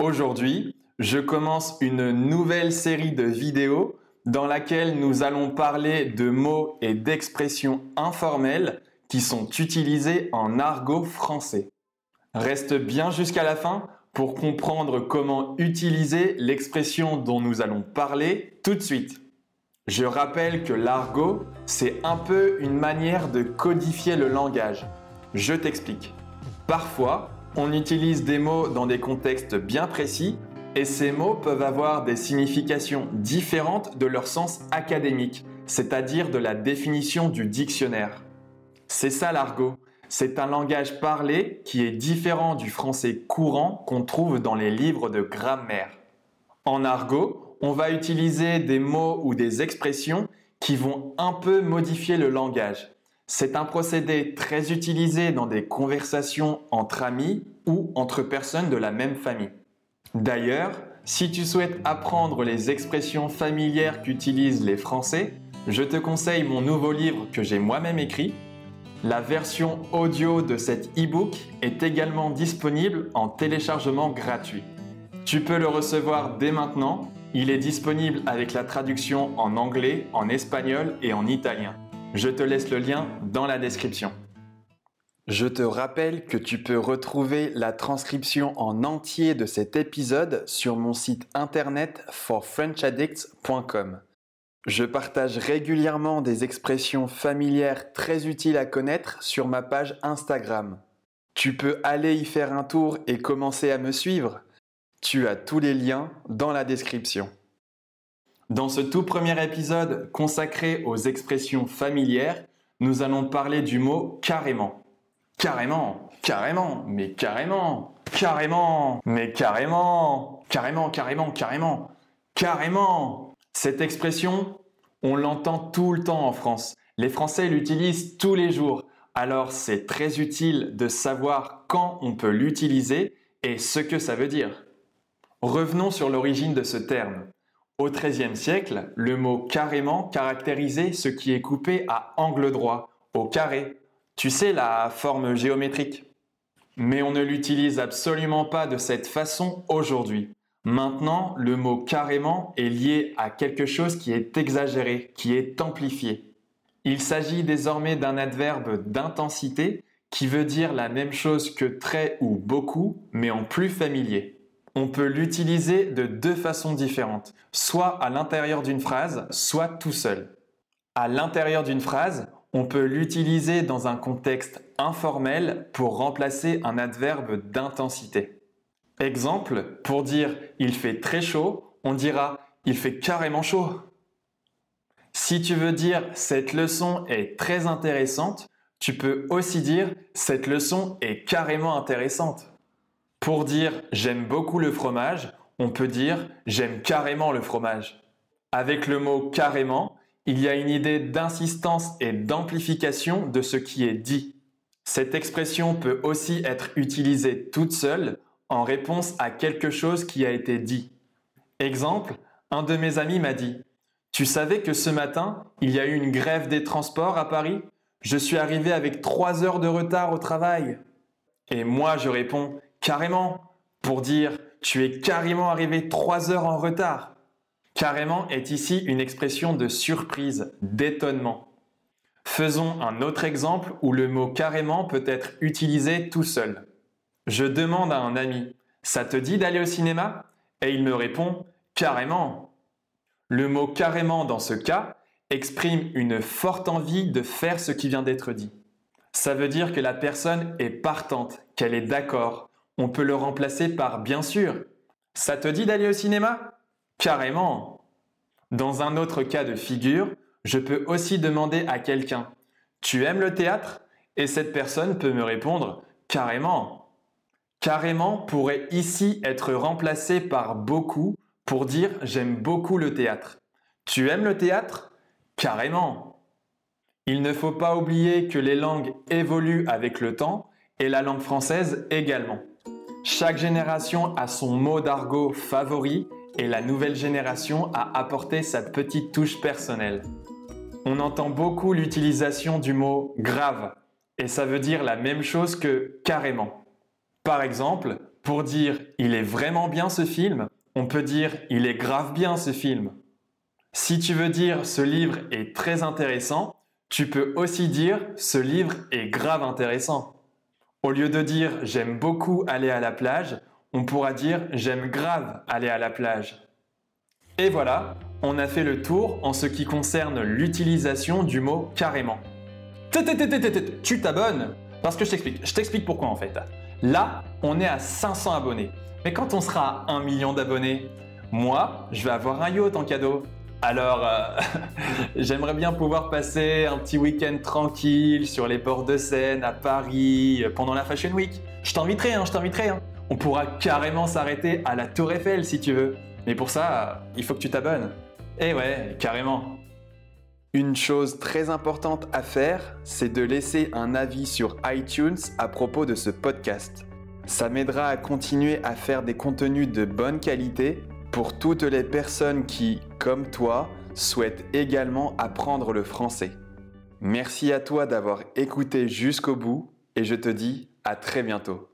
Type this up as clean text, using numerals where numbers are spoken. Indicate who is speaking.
Speaker 1: Aujourd'hui, je commence une nouvelle série de vidéos dans laquelle nous allons parler de mots et d'expressions informelles qui sont utilisés en argot français. Reste bien jusqu'à la fin pour comprendre comment utiliser l'expression dont nous allons parler tout de suite. Je rappelle que l'argot, c'est un peu une manière de codifier le langage. Je t'explique. Parfois, on utilise des mots dans des contextes bien précis et ces mots peuvent avoir des significations différentes de leur sens académique, c'est-à-dire de la définition du dictionnaire. C'est ça l'argot. C'est un langage parlé qui est différent du français courant qu'on trouve dans les livres de grammaire. En argot, on va utiliser des mots ou des expressions qui vont un peu modifier le langage. C'est un procédé très utilisé dans des conversations entre amis ou entre personnes de la même famille. D'ailleurs, si tu souhaites apprendre les expressions familières qu'utilisent les Français, je te conseille mon nouveau livre que j'ai moi-même écrit. La version audio de cet e-book est également disponible en téléchargement gratuit. Tu peux le recevoir dès maintenant. Il est disponible avec la traduction en anglais, en espagnol et en italien. Je te laisse le lien dans la description. Je te rappelle que tu peux retrouver la transcription en entier de cet épisode sur mon site internet forfrenchaddicts.com. Je partage régulièrement des expressions familières très utiles à connaître sur ma page Instagram. Tu peux aller y faire un tour et commencer à me suivre. Tu as tous les liens dans la description. Dans ce tout premier épisode consacré aux expressions familières, nous allons parler du mot carrément. Carrément, carrément, mais carrément, carrément, mais carrément, carrément, carrément, carrément, carrément. Cette expression, on l'entend tout le temps en France. Les Français l'utilisent tous les jours. Alors c'est très utile de savoir quand on peut l'utiliser et ce que ça veut dire. Revenons sur l'origine de ce terme. Au XIIIe siècle, le mot carrément caractérisait ce qui est coupé à angle droit, au carré. Tu sais, la forme géométrique. Mais on ne l'utilise absolument pas de cette façon aujourd'hui. Maintenant, le mot carrément est lié à quelque chose qui est exagéré, qui est amplifié. Il s'agit désormais d'un adverbe d'intensité qui veut dire la même chose que très ou beaucoup, mais en plus familier. On peut l'utiliser de deux façons différentes, soit à l'intérieur d'une phrase, soit tout seul. À l'intérieur d'une phrase, on peut l'utiliser dans un contexte informel pour remplacer un adverbe d'intensité. Exemple, pour dire « il fait très chaud », on dira « il fait carrément chaud ». Si tu veux dire « cette leçon est très intéressante », tu peux aussi dire « cette leçon est carrément intéressante ». Pour dire « j'aime beaucoup le fromage », on peut dire « j'aime carrément le fromage ». Avec le mot « carrément », il y a une idée d'insistance et d'amplification de ce qui est dit. Cette expression peut aussi être utilisée toute seule en réponse à quelque chose qui a été dit. Exemple, un de mes amis m'a dit « Tu savais que ce matin, il y a eu une grève des transports à Paris ? Je suis arrivé avec 3 heures de retard au travail. » Et moi je réponds « carrément » pour dire « tu es carrément arrivé 3 heures en retard ». Carrément est ici une expression de surprise, d'étonnement. Faisons un autre exemple où le mot carrément peut être utilisé tout seul. Je demande à un ami « ça te dit d'aller au cinéma ?» et il me répond « carrément ». Le mot carrément dans ce cas exprime une forte envie de faire ce qui vient d'être dit. Ça veut dire que la personne est partante, qu'elle est d'accord. On peut le remplacer par « bien sûr ». Ça te dit d'aller au cinéma ? Carrément. Dans un autre cas de figure, je peux aussi demander à quelqu'un « tu aimes le théâtre ?» et cette personne peut me répondre « carrément ». Carrément pourrait ici être remplacé par beaucoup pour dire « j'aime beaucoup le théâtre ». Tu aimes le théâtre ? Carrément. Il ne faut pas oublier que les langues évoluent avec le temps et la langue française également. Chaque génération a son mot d'argot favori et la nouvelle génération a apporté sa petite touche personnelle. On entend beaucoup l'utilisation du mot « grave » et ça veut dire la même chose que « carrément ». Par exemple, Pour dire « il est vraiment bien ce film », on peut dire « il est grave bien ce film ». Si tu veux dire « ce livre est très intéressant », tu peux aussi dire « ce livre est grave intéressant ». Au lieu de dire « j'aime beaucoup aller à la plage », on pourra dire « j'aime grave aller à la plage ». Et voilà, on a fait le tour en ce qui concerne l'utilisation du mot « carrément ». Tu t'abonnes? Parce que je t'explique pourquoi en fait. Là, on est à 500 abonnés. Mais quand on sera à 1 million d'abonnés, moi, je vais avoir un yacht en cadeau. Alors, j'aimerais bien pouvoir passer un petit week-end tranquille sur les bords de Seine, à Paris, pendant la Fashion Week. Je t'inviterai. On pourra carrément s'arrêter à la Tour Eiffel si tu veux. Mais pour ça, il faut que tu t'abonnes. Eh ouais, carrément. Une chose très importante à faire, c'est de laisser un avis sur iTunes à propos de ce podcast. Ça m'aidera à continuer à faire des contenus de bonne qualité pour toutes les personnes qui, comme toi, souhaitent également apprendre le français. Merci à toi d'avoir écouté jusqu'au bout et je te dis à très bientôt.